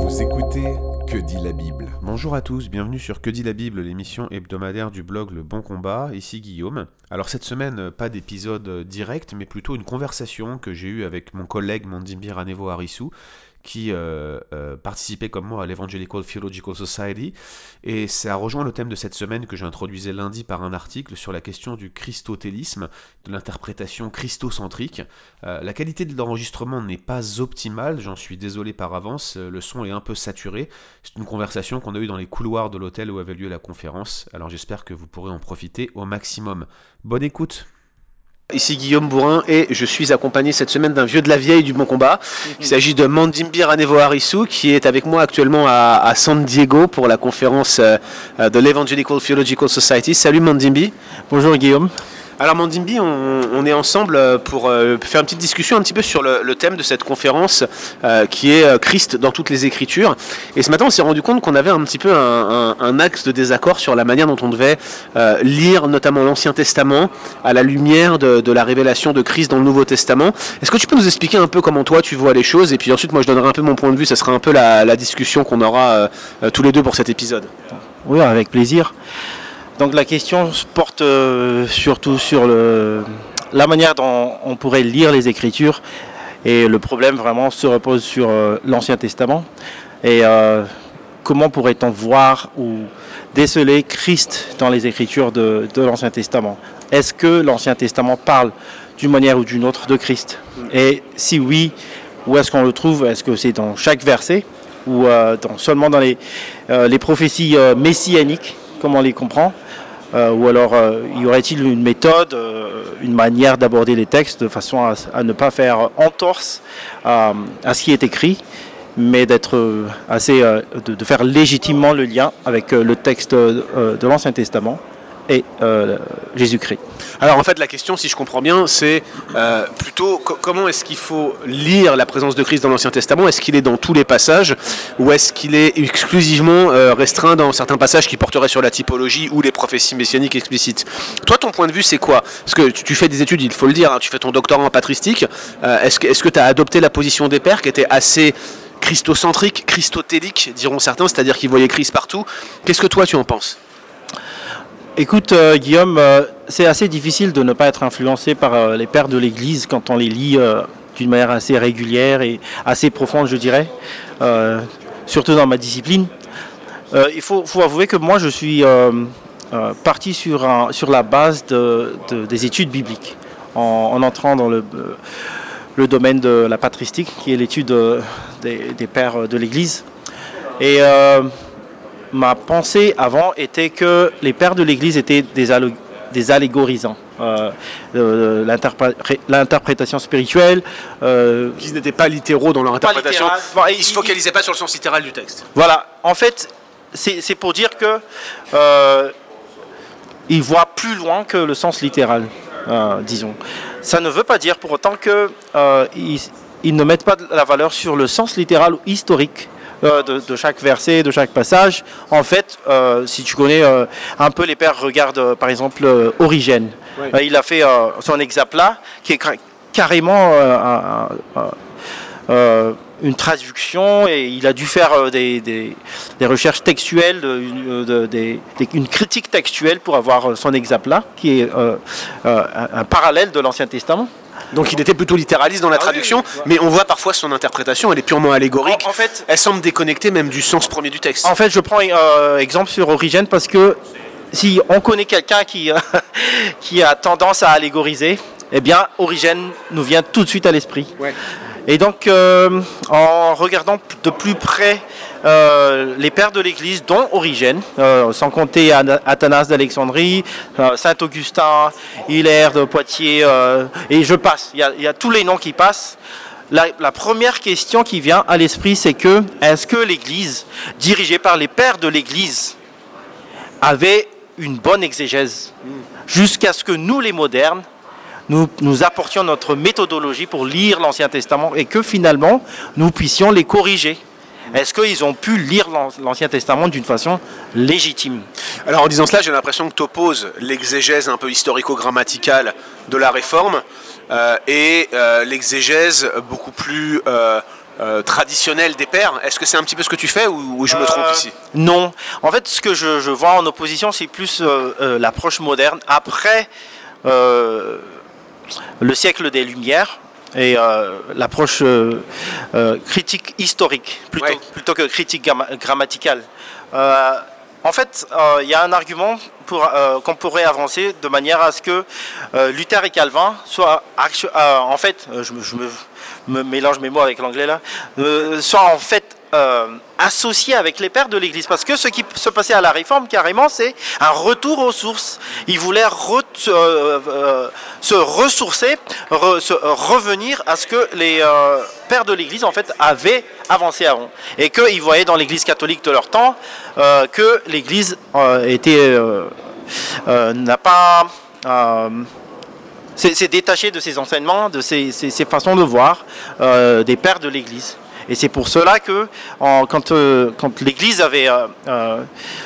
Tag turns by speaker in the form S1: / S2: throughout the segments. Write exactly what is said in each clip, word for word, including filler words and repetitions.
S1: Vous écoutez Que dit la Bible ?
S2: Bonjour à tous, bienvenue sur Que dit la Bible, l'émission hebdomadaire du blog Le Bon Combat, ici Guillaume. Alors cette semaine, pas d'épisode direct, mais plutôt une conversation que j'ai eue avec mon collègue Mandimbi Ranevo-Harisu, qui euh, euh, participait comme moi à l'Evangelical Theological Society, et ça rejoint le thème de cette semaine que j'introduisais lundi par un article sur la question du christotélisme, de l'interprétation christocentrique. Euh, la qualité de l'enregistrement n'est pas optimale, j'en suis désolé par avance, le son est un peu saturé. C'est une conversation qu'on a eue dans les couloirs de l'hôtel où avait lieu la conférence, alors j'espère que vous pourrez en profiter au maximum. Bonne écoute. Ici Guillaume Bourrin et je suis accompagné cette semaine d'un vieux de la vieille du Bon Combat. Il s'agit de Mandimbi Ranevo-Harisu qui est avec moi actuellement à, à San Diego pour la conférence euh, de l'Evangelical Theological Society. Salut Mandimbi.
S3: Bonjour Guillaume.
S2: Alors Mandimbi, on, on est ensemble pour euh, faire une petite discussion un petit peu sur le, le thème de cette conférence euh, qui est euh, Christ dans toutes les Écritures. Et ce matin, on s'est rendu compte qu'on avait un petit peu un, un, un axe de désaccord sur la manière dont on devait euh, lire notamment l'Ancien Testament à la lumière de, de la révélation de Christ dans le Nouveau Testament. Est-ce que tu peux nous expliquer un peu comment toi tu vois les choses ? Et puis ensuite, moi je donnerai un peu mon point de vue, ça sera un peu la, la discussion qu'on aura euh, euh, tous les deux pour cet épisode.
S3: Oui, avec plaisir. Donc la question se porte euh, surtout sur le, la manière dont on pourrait lire les Écritures, et le problème vraiment se repose sur euh, l'Ancien Testament, et euh, comment pourrait-on voir ou déceler Christ dans les Écritures de, de l'Ancien Testament. Est-ce que l'Ancien Testament parle d'une manière ou d'une autre de Christ ? Et si oui, où est-ce qu'on le trouve ? Est-ce que c'est dans chaque verset ou euh, dans, seulement dans les, euh, les prophéties euh, messianiques, comme on les comprend ? Euh, ou alors, euh, y aurait-il une méthode, euh, une manière d'aborder les textes de façon à, à ne pas faire entorse à, à ce qui est écrit, mais d'être euh, assez, euh, de, de faire légitimement le lien avec euh, le texte euh, de l'Ancien Testament et euh, Jésus-Christ.
S2: Alors en fait la question, si je comprends bien, c'est euh, plutôt co- comment est-ce qu'il faut lire la présence de Christ dans l'Ancien Testament ? Est-ce qu'il est dans tous les passages ou est-ce qu'il est exclusivement euh, restreint dans certains passages qui porteraient sur la typologie ou les prophéties messianiques explicites ? Toi, ton point de vue, c'est quoi ? Parce que tu, tu fais des études, il faut le dire, hein, tu fais ton doctorat en patristique. Euh, est-ce que est-ce que tu as adopté la position des pères qui était assez christocentrique, christotélique, diront certains, c'est-à-dire qu'ils voyaient Christ partout ? Qu'est-ce que toi tu en penses ?
S3: Écoute euh, Guillaume, euh, c'est assez difficile de ne pas être influencé par euh, les pères de l'Église quand on les lit euh, d'une manière assez régulière et assez profonde, je dirais, euh, surtout dans ma discipline. Euh, il faut, faut avouer que moi je suis euh, euh, parti sur, un, sur la base de, de, des études bibliques, en, en entrant dans le, euh, le domaine de la patristique, qui est l'étude euh, des, des pères de l'Église. Et euh, ma pensée avant était que les pères de l'Église étaient des, allo- des allégorisants. Euh, euh, l'interpré- l'interprétation spirituelle. Euh,
S2: Qu'ils n'étaient pas littéraux dans leur interprétation.
S3: Bon,
S2: ils ne se focalisaient pas sur le sens littéral du texte.
S3: Voilà, en fait, c'est, c'est pour dire que euh, ils voient plus loin que le sens littéral, euh, disons. Ça ne veut pas dire pour autant qu'ils euh, ils ne mettent pas de la valeur sur le sens littéral ou historique Euh, de, de chaque verset, de chaque passage. En fait, euh, si tu connais euh, un peu les pères, regarde euh, par exemple euh, Origène.
S2: Oui.
S3: Euh, il a fait euh, son exaplat qui est car- carrément euh, un, un, euh, une traduction, et il a dû faire euh, des, des, des recherches textuelles, de, de, des, des, une critique textuelle pour avoir son exaplat qui est euh, euh, un, un parallèle de l'Ancien Testament.
S2: Donc il était plutôt littéraliste dans la
S3: Ah
S2: traduction,
S3: oui, oui, oui.
S2: mais on voit parfois son interprétation, elle est purement allégorique.
S3: En, en fait,
S2: elle semble déconnectée même du sens premier du texte.
S3: En fait, je prends euh, exemple sur Origène parce que si on connaît quelqu'un qui, euh, qui a tendance à allégoriser, eh bien Origène nous vient tout de suite à l'esprit.
S2: Ouais.
S3: Et donc, euh, en regardant de plus près euh, les pères de l'Église, dont Origène, euh, sans compter Athanas d'Alexandrie, euh, Saint Augustin, Hilaire de Poitiers, euh, et je passe, il y a, il y a tous les noms qui passent. La, la première question qui vient à l'esprit, c'est que, est-ce que l'Église, dirigée par les pères de l'Église, avait une bonne exégèse, jusqu'à ce que nous, les modernes, Nous, nous apportions notre méthodologie pour lire l'Ancien Testament et que finalement, nous puissions les corriger. Est-ce qu'ils ont pu lire l'Ancien Testament d'une façon légitime ?
S2: Alors en disant cela, j'ai l'impression que tu opposes l'exégèse un peu historico-grammaticale de la Réforme euh, et euh, l'exégèse beaucoup plus euh, euh, traditionnelle des pères. Est-ce que c'est un petit peu ce que tu fais ou, ou je me
S3: Euh,
S2: trompe ici?
S3: Non. En fait, ce que je, je vois en opposition, c'est plus euh, euh, l'approche moderne après euh, le siècle des Lumières et euh, l'approche euh, euh, critique historique plutôt,
S2: Ouais.
S3: plutôt que critique gamma- grammaticale. Euh, en fait, euh, il y a un argument pour, euh, qu'on pourrait avancer de manière à ce que euh, Luther et Calvin soient, actu- euh, en fait, euh, je, me, je me- me mélange mes mots avec l'anglais là, euh, soient en fait euh, associés avec les pères de l'Église. Parce que ce qui se passait à la Réforme, carrément, c'est un retour aux sources. Ils voulaient re- euh, euh, se ressourcer, re- se, revenir à ce que les euh, pères de l'Église, en fait, avaient avancé avant. Et qu'ils voyaient dans l'Église catholique de leur temps euh, que l'Église euh, était, euh, euh, n'a pas... euh, c'est c'est détaché de ses enseignements, de ses, ses- ses façons de voir euh, des pères de l'Église. Et c'est pour cela que en- quand, euh, quand l'Église avait euh, euh,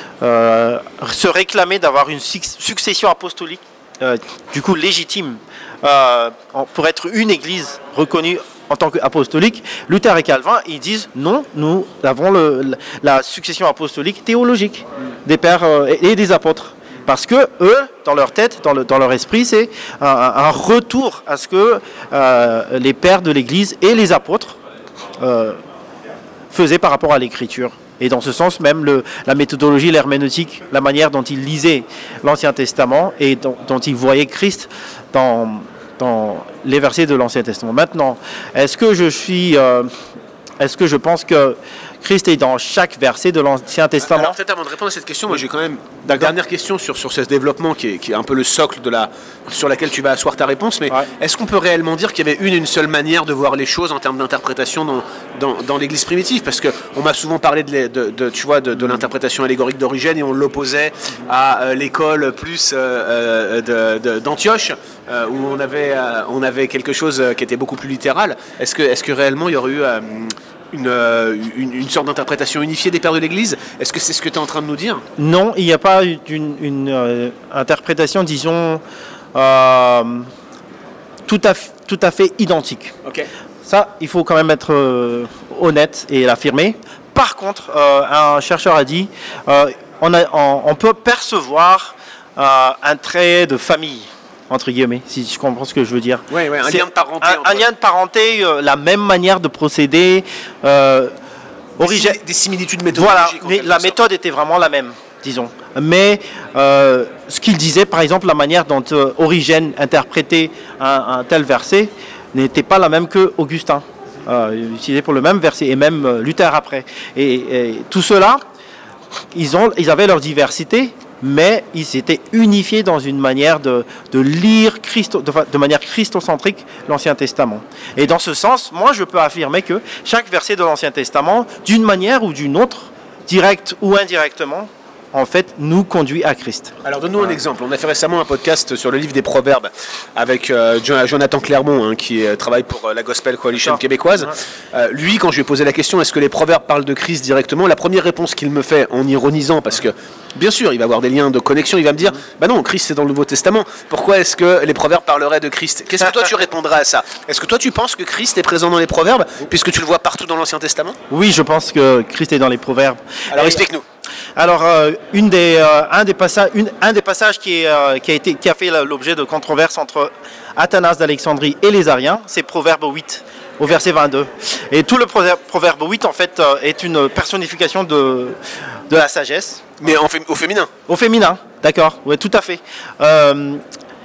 S3: euh, se réclamait d'avoir une suc- succession apostolique, euh, du coup légitime, euh, en- pour être une Église reconnue en tant qu'apostolique, Luther et Calvin, ils disent non, nous avons le- la succession apostolique théologique des pères euh, et, et des apôtres. Parce que eux, dans leur tête, dans, le- dans leur esprit, c'est un, un retour à ce que euh, les pères de l'Église et les apôtres euh, faisaient par rapport à l'Écriture. Et dans ce sens, même le- la méthodologie, l'herméneutique, la manière dont ils lisaient l'Ancien Testament et dont, dont ils voyaient Christ dans, dans les versets de l'Ancien Testament. Maintenant, est-ce que je suis, euh, est-ce que je pense que Christ est dans chaque verset de l'Ancien Testament?
S2: Alors peut-être avant de répondre à cette question, moi j'ai quand même une
S3: D'accord.
S2: dernière question sur, sur ce développement qui est, qui est un peu le socle de la, sur laquelle tu vas asseoir ta réponse, mais
S3: Ouais.
S2: est-ce qu'on peut réellement dire qu'il y avait une et une seule manière de voir les choses en termes d'interprétation dans, dans, dans l'Église primitive? Parce qu'on m'a souvent parlé de, l'é- de, de, tu vois, de, de l'interprétation allégorique d'Origène et on l'opposait à euh, l'école plus euh, euh, de- de- d'Antioche, euh, où on avait, euh, on avait quelque chose qui était beaucoup plus littéral. Est-ce que, est-ce que réellement il y aurait eu... euh, Une, euh, une, une sorte d'interprétation unifiée des pères de l'Église? Est-ce que c'est ce que tu es en train de nous dire?
S3: Non, il n'y a pas une, une, euh, interprétation, disons, euh, tout, à, f- tout à fait identique.
S2: Ok.
S3: Ça, il faut quand même être euh, honnête et l'affirmer. Par contre, euh, un chercheur a dit, euh, on, a- on- on peut percevoir euh, un trait de famille, entre guillemets, si je comprends ce que je veux dire.
S2: Ouais, ouais, un
S3: C'est
S2: lien de parenté
S3: Un,
S2: entre-
S3: un lien de parenté, euh, la même manière de procéder. Euh,
S2: Des,
S3: origine-
S2: simili- des similitudes
S3: Voilà,
S2: méthodologiques. en
S3: mais
S2: quelque
S3: la
S2: sorte.
S3: méthode était vraiment la même, disons. Mais euh, ce qu'il disait, par exemple, la manière dont euh, Origène interprétait un, un tel verset n'était pas la même que Augustin, euh, utilisé pour le même verset, et même euh, Luther après. Et, et tout cela, ils, ont, ils avaient leur diversité, mais ils s'étaient unifiés dans une manière de, de lire Christo, de, fa- de manière christocentrique l'Ancien Testament. Et dans ce sens, moi je peux affirmer que chaque verset de l'Ancien Testament, d'une manière ou d'une autre, directe ou indirectement, en fait, nous conduit à Christ.
S2: Alors donne-nous un exemple. On a fait récemment un podcast sur le livre des Proverbes avec euh, Jo- Jonathan Clermont, hein, qui euh, travaille pour euh, la Gospel Coalition
S3: D'accord.
S2: québécoise. Euh, lui, quand je lui ai posé la question, est-ce que les Proverbes parlent de Christ directement, la première réponse qu'il me fait, en ironisant, parce que bien sûr, il va avoir des liens de connexion, il va me dire, bah non, Christ c'est dans le Nouveau Testament. Pourquoi est-ce que les Proverbes parleraient de Christ? Qu'est-ce que toi tu répondras à ça? Est-ce que toi tu penses que Christ est présent dans les Proverbes, puisque tu le vois partout dans l'Ancien Testament?
S3: Oui, je pense que Christ est dans les Proverbes.
S2: Alors
S3: Et-
S2: explique-nous.
S3: Alors, euh, une des, euh, un, des passages, une, un des passages qui, est, euh, qui, a été, qui a fait l'objet de controverses entre Athanas d'Alexandrie et les Ariens, c'est Proverbe huit, au verset vingt-deux. Et tout le Proverbe, Proverbe huit, en fait, euh, est une personnification de, de la sagesse,
S2: Mais en fé- au féminin.
S3: au féminin, d'accord, oui, tout à fait. Euh,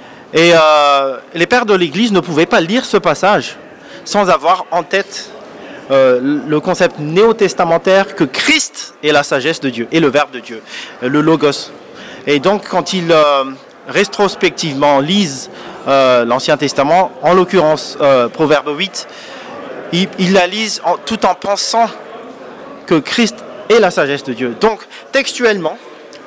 S3: et euh, les pères de l'Église ne pouvaient pas lire ce passage sans avoir en tête euh, le concept néo-testamentaire que Christ est la sagesse de Dieu, et le Verbe de Dieu, euh, le Logos. Et donc, quand ils euh, rétrospectivement lisent euh, l'Ancien Testament, en l'occurrence euh, Proverbe huit, ils, ils la lisent en- tout en pensant que Christ est la sagesse de Dieu. Donc, textuellement,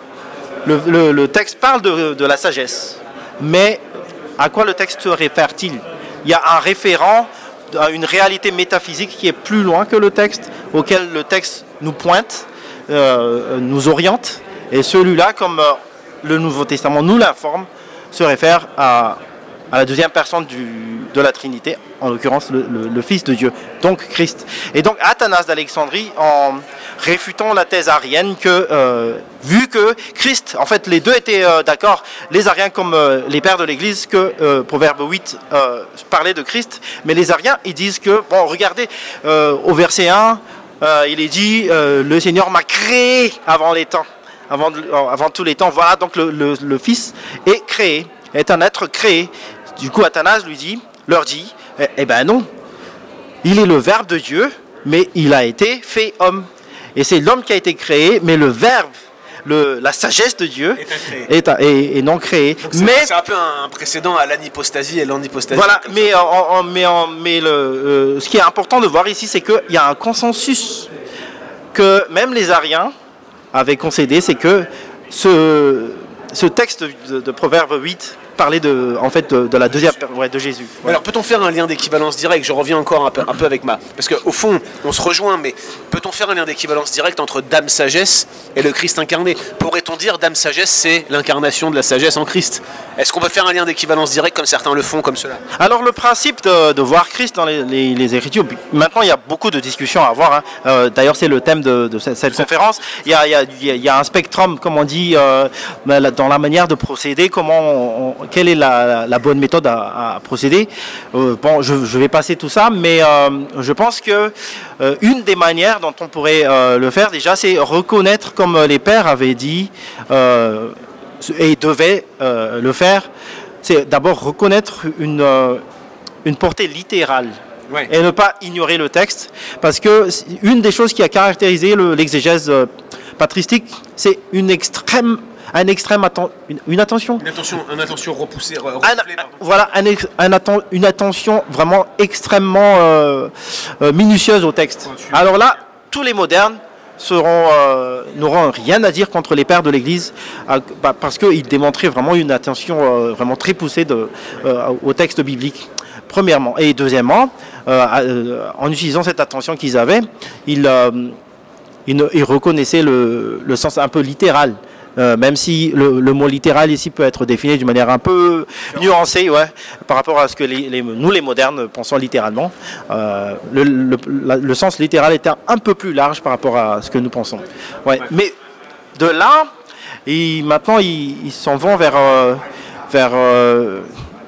S3: le, le- le texte parle de, de la sagesse, mais à quoi le texte se réfère-t-il? Il y a un référent à une réalité métaphysique qui est plus loin que le texte, auquel le texte nous pointe, euh, nous oriente, et celui-là, comme euh, le Nouveau Testament nous l'informe, se réfère à à la deuxième personne du, de la Trinité, en l'occurrence le, le, le Fils de Dieu, donc Christ. Et donc Athanas d'Alexandrie, en réfutant la thèse arienne, que euh, vu que Christ, en fait les deux étaient euh, d'accord, les ariens comme euh, les pères de l'Église, que euh, Proverbe huit euh, parlait de Christ, mais les ariens ils disent que, bon regardez, euh, au verset un, euh, il est dit, euh, le Seigneur m'a créé avant les temps, avant, avant tous les temps, voilà, donc le, le, le Fils est créé, est un être créé. Du coup, Athanas lui dit, leur dit, eh, eh ben non, il est le Verbe de Dieu, mais il a été fait homme. Et c'est l'homme qui a été créé, mais le Verbe, le, la sagesse de Dieu est, est, est, est non créé.
S2: C'est,
S3: mais
S2: c'est un peu un précédent à l'anipostasie et l'andipostasie.
S3: Voilà, mais, en, en, mais, en, mais le, euh, ce qui est important de voir ici, c'est qu'il y a un consensus que même les Ariens avaient concédé, c'est que ce, ce texte de, de Proverbe huit parler de, en fait, de, de la deuxième ouais, de Jésus.
S2: Ouais. Alors peut-on faire un lien d'équivalence directe? Je reviens encore un peu, un peu avec ma... Parce qu'au fond, on se rejoint, mais peut-on faire un lien d'équivalence directe entre Dame Sagesse et le Christ incarné? Pourrait-on dire Dame Sagesse, c'est l'incarnation de la sagesse en Christ? Est-ce qu'on peut faire un lien d'équivalence directe comme certains le font, comme cela?
S3: Alors le principe de, de voir Christ dans les, les, les Écritures, maintenant il y a beaucoup de discussions à avoir. Hein. Euh, d'ailleurs c'est le thème de, de cette, cette conférence. Il y, a, il, y a, il y a un spectrum, comme on dit, euh, dans la manière de procéder, comment on, on, quelle est la, la bonne méthode à, à procéder. Euh, bon, je, je vais passer tout ça, mais euh, je pense que euh, une des manières dont on pourrait euh, le faire déjà, c'est reconnaître, comme les pères avaient dit, euh, et devaient euh, le faire, c'est d'abord reconnaître une, euh, une portée littérale. Ouais. Et ne pas ignorer le texte, parce que une des choses qui a caractérisé le, l'exégèse euh, patristique, c'est une extrême un extrême atten- une, une attention
S2: une attention une attention repoussée re-
S3: un, voilà un, un atten- une attention vraiment extrêmement euh, euh, minutieuse au texte. Alors là tous les modernes seront euh, n'auront rien à dire contre les pères de l'Église euh, bah, parce qu'ils démontraient vraiment une attention euh, vraiment très poussée de, euh, au texte biblique, premièrement. Et deuxièmement, euh, euh, en utilisant cette attention qu'ils avaient, ils, euh, ils, ils reconnaissaient le, le sens un peu littéral. Euh, même si le, le mot littéral ici peut être défini d'une manière un peu nuancée, ouais, par rapport à ce que les, les, nous les modernes pensons littéralement, euh, le, le, la, le sens littéral était un peu plus large par rapport à ce que nous pensons. Ouais. Ouais. Mais de là, ils, maintenant ils, ils s'en vont vers, euh, vers euh,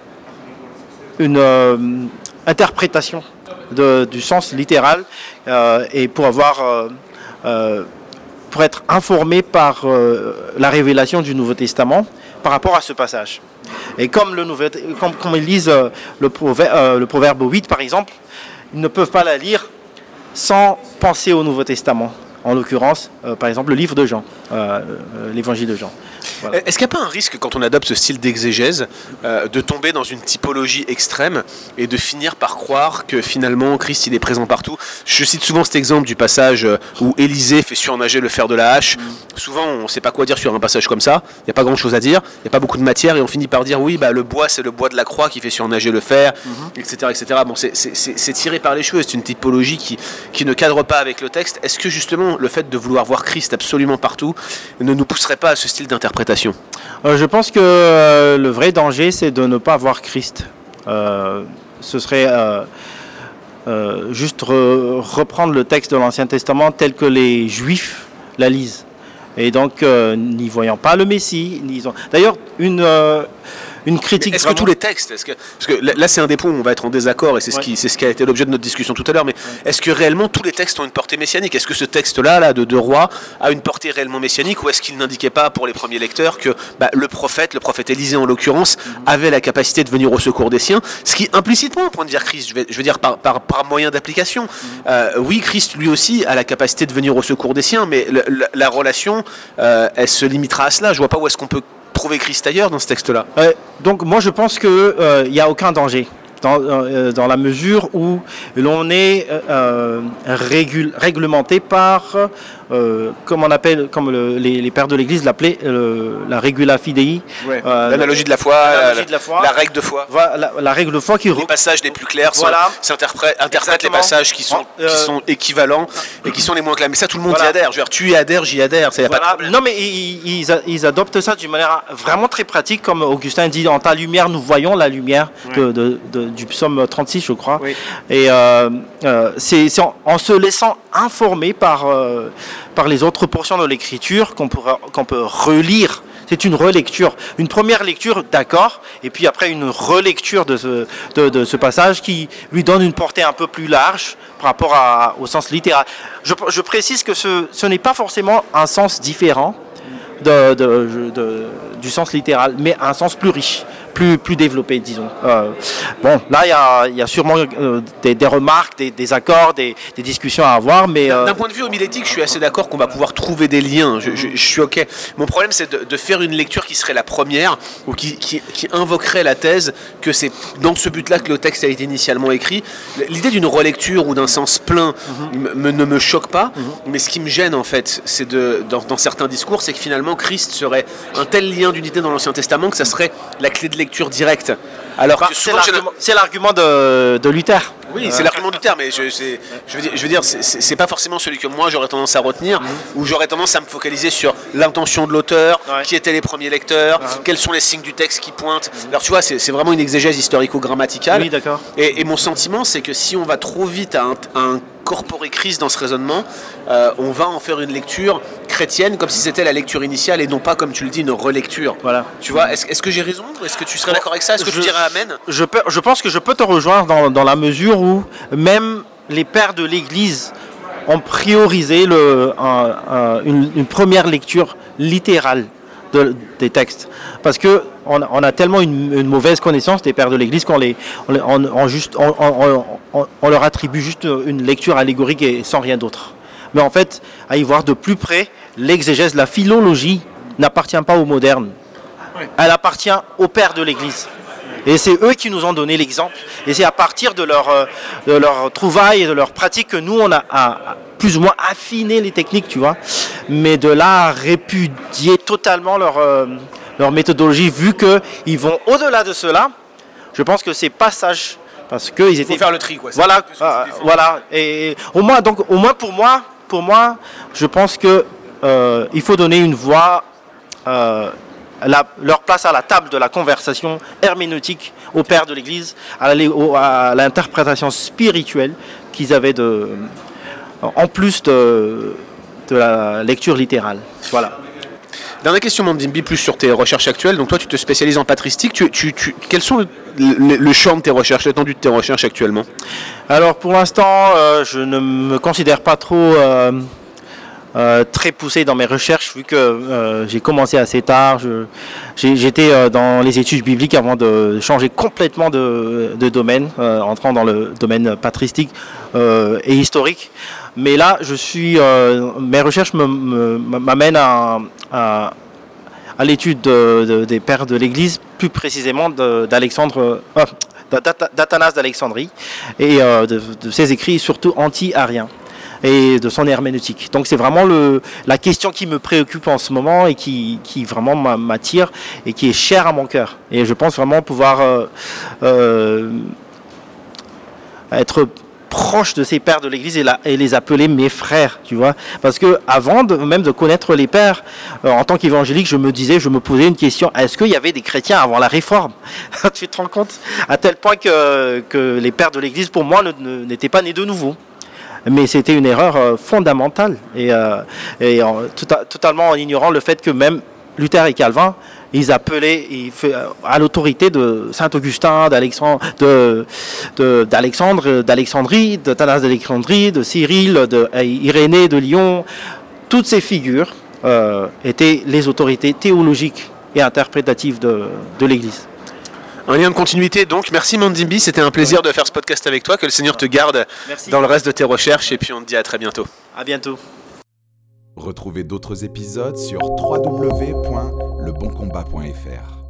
S3: une euh, interprétation de, du sens littéral euh, et pour avoir euh, euh, pour être informé par euh, la révélation du Nouveau Testament par rapport à ce passage. Et comme, le nouveau, comme, comme ils lisent euh, le, proverbe, euh, le Proverbe huit, par exemple, ils ne peuvent pas la lire sans penser au Nouveau Testament. En l'occurrence, euh, par exemple, le livre de Jean, euh, euh, l'évangile de Jean.
S2: Voilà. Est-ce qu'il n'y a pas un risque, quand on adopte ce style d'exégèse, euh, de tomber dans une typologie extrême et de finir par croire que finalement Christ il est présent partout? Je cite souvent cet exemple du passage où Élisée fait surnager le fer de la hache. Mmh. Souvent, on ne sait pas quoi dire sur un passage comme ça. Il n'y a pas grand-chose à dire. Il n'y a pas beaucoup de matière et on finit par dire oui, bah, le bois, c'est le bois de la croix qui fait surnager le fer, mmh. et cetera, et cetera. Bon, c'est, c'est, c'est, c'est tiré par les cheveux. C'est une typologie qui, qui ne cadre pas avec le texte. Est-ce que justement, le fait de vouloir voir Christ absolument partout ne nous pousserait pas à ce style d'interprétation?
S3: euh, Je pense que euh, le vrai danger, c'est de ne pas voir Christ. Euh, ce serait euh, euh, juste re- reprendre le texte de l'Ancien Testament tel que les Juifs la lisent. Et donc, euh, n'y voyant pas le Messie, n'y ont... D'ailleurs, une... Euh, une critique.
S2: Est-ce
S3: vraiment...
S2: que tous les textes, est-ce que, parce que là c'est un des points où on va être en désaccord et c'est ce, ouais. qui, c'est ce qui a été l'objet de notre discussion tout à l'heure, mais ouais. est-ce que réellement tous les textes ont une portée messianique? Est-ce que ce texte-là là, de deux rois a une portée réellement messianique ou est-ce qu'il n'indiquait pas pour les premiers lecteurs que bah, le prophète, le prophète Élisée en l'occurrence, mm-hmm. avait la capacité de venir au secours des siens, ce qui implicitement pointe vers Christ, je, vais, je veux dire par, par, par moyen d'application. Mm-hmm. Euh, oui, Christ lui aussi a la capacité de venir au secours des siens, mais le, la, la relation, euh, elle se limitera à cela. Je vois pas où est-ce qu'on peut trouver Christ ailleurs dans ce texte-là.
S3: Euh, donc moi je pense qu'il n'y euh, a aucun danger dans, euh, dans la mesure où l'on est euh, régul- réglementé par, euh, comme on appelle, comme le, les, les pères de l'Église l'appelaient, euh, la regula fidei.
S2: Ouais. Euh, l'analogie de la foi,
S3: l'analogie
S2: la,
S3: de la foi,
S2: la règle de foi.
S3: Voilà, la, la règle de foi qui...
S2: Les passages les plus clairs
S3: voilà.
S2: s'interprètent interprètent les passages qui sont,
S3: euh,
S2: qui sont équivalents et qui sont les moins clairs. Mais ça, tout le monde
S3: voilà.
S2: y adhère. Je veux dire, tu y adhères, j'y adhère. Ça y a
S3: voilà.
S2: pas de problème.
S3: Non, mais ils, ils, ils adoptent ça d'une manière vraiment très pratique, comme Augustin dit, en ta lumière, nous voyons la lumière ouais. de, de, de, du psaume trente-six, je crois. Oui. Et euh, euh, c'est, c'est en, en se laissant informer par, euh, par les autres portions de l'écriture qu'on, pourra, qu'on peut relire. C'est une relecture, une première lecture, d'accord, et puis après une relecture de ce, de, de ce passage qui lui donne une portée un peu plus large par rapport à, au sens littéral. Je, je précise que ce, ce n'est pas forcément un sens différent de, de, de, du sens littéral, mais un sens plus riche, plus, plus développé, disons. Euh, bon, là, il y a, y a sûrement euh, des, des remarques, des, des accords, des, des discussions à avoir, mais... Euh...
S2: D'un point de vue homilétique, je suis assez d'accord qu'on va pouvoir trouver des liens, je, je, je suis OK. Mon problème, c'est de, de faire une lecture qui serait la première, ou qui, qui, qui invoquerait la thèse que c'est dans ce but-là que le texte a été initialement écrit. L'idée d'une relecture ou d'un sens plein mm-hmm. me, ne me choque pas, mm-hmm. mais ce qui me gêne, en fait, c'est de, dans, dans certains discours, c'est que finalement, Christ serait un tel lien d'unité dans l'Ancien Testament que ça serait la clé de lecture directe. Alors bah, que
S3: c'est, l'argument, c'est l'argument de, de Luther.
S2: Oui, c'est euh, l'argument de Luther, mais je, c'est, je veux dire, je veux dire c'est, c'est, c'est pas forcément celui que moi j'aurais tendance à retenir, mmh. ou j'aurais tendance à me focaliser sur l'intention de l'auteur, ouais. qui étaient les premiers lecteurs, mmh. quels sont les signes du texte qui pointent. Mmh. Alors tu vois, c'est, c'est vraiment une exégèse historico-grammaticale.
S3: Oui, d'accord.
S2: Et, et mon sentiment, c'est que si on va trop vite à, un, à incorporer Christ dans ce raisonnement, euh, on va en faire une lecture chrétienne comme si c'était la lecture initiale et non pas, comme tu le dis, une relecture. Voilà. Tu vois, est-ce, est-ce que j'ai raison ? Est-ce que tu serais d'accord avec ça ? Est-ce que
S3: je,
S2: tu dirais amen ?
S3: je, peux, je pense que je peux te rejoindre dans, dans la mesure où même les pères de l'Église ont priorisé le, un, un, une, une première lecture littérale de, des textes. Parce qu'on on a tellement une, une mauvaise connaissance des pères de l'Église qu'on les, on, on, on, juste, on, on, on, on leur attribue juste une lecture allégorique et sans rien d'autre. Mais en fait, à y voir de plus près, l'exégèse, la philologie n'appartient pas aux modernes. Oui. Elle appartient aux pères de l'Église. Et c'est eux qui nous ont donné l'exemple. Et c'est à partir de leur, de leur trouvailles et de leur pratique que nous, on a, a plus ou moins affiné les techniques, tu vois. Mais de là à répudier totalement leur, euh, leur méthodologie, vu qu'ils vont au-delà de cela, je pense que c'est pas sage. Parce que ils étaient...
S2: Il faut faire le tri, quoi.
S3: Voilà, euh, voilà. Et au moins, donc, au moins pour moi, pour moi, je pense que euh, il faut donner une voix... Euh, La, leur place à la table de la conversation herméneutique aux pères de l'Église, à, la, à l'interprétation spirituelle qu'ils avaient de, en plus de, de la lecture littérale. Voilà.
S2: Dernière question, Mandimbi, plus sur tes recherches actuelles. Donc toi, tu te spécialises en patristique. Tu, tu, tu, quels sont le, le, le champ de tes recherches, l'étendue de tes recherches actuellement ?
S3: Alors pour l'instant, euh, je ne me considère pas trop... Euh, Euh, très poussé dans mes recherches vu que euh, j'ai commencé assez tard. Je, j'ai, j'étais euh, dans les études bibliques avant de changer complètement de, de domaine, euh, entrant dans le domaine patristique euh, et historique. Mais là, je suis, euh, mes recherches me, me, m'amènent à, à, à l'étude de, de, des pères de l'Église, plus précisément de, d'Alexandre, euh, d'Athanas d'Alexandrie et euh, de, de ses écrits surtout anti-ariens et de son herméneutique. Donc c'est vraiment le, la question qui me préoccupe en ce moment et qui, qui vraiment m'attire et qui est chère à mon cœur. Et je pense vraiment pouvoir euh, euh, être proche de ces pères de l'Église et, la, et les appeler mes frères, tu vois. Parce que avant de, même de connaître les pères, euh, en tant qu'évangélique, je me disais, je me posais une question, est-ce qu'il y avait des chrétiens avant la Réforme ? Tu te rends compte ? À tel point que, que les pères de l'Église, pour moi, ne, ne, n'étaient pas nés de nouveau. Mais c'était une erreur euh, fondamentale et, euh, et en, tout à, totalement en ignorant le fait que même Luther et Calvin, ils appelaient ils fait, à l'autorité de Saint Augustin, d'Alexandre, de, de, d'Alexandre, d'Alexandrie, de Athanas d'Alexandrie, de Cyril, de Irénée de Lyon. Toutes ces figures euh, étaient les autorités théologiques et interprétatives de, de l'Église.
S2: Un lien de continuité, donc merci Mandimbi, c'était un plaisir de faire ce podcast avec toi, que le Seigneur te garde merci. Dans le reste de tes recherches et puis on te dit à très bientôt.
S3: À bientôt.
S1: Retrouvez d'autres épisodes sur w w w point le bon combat point f r.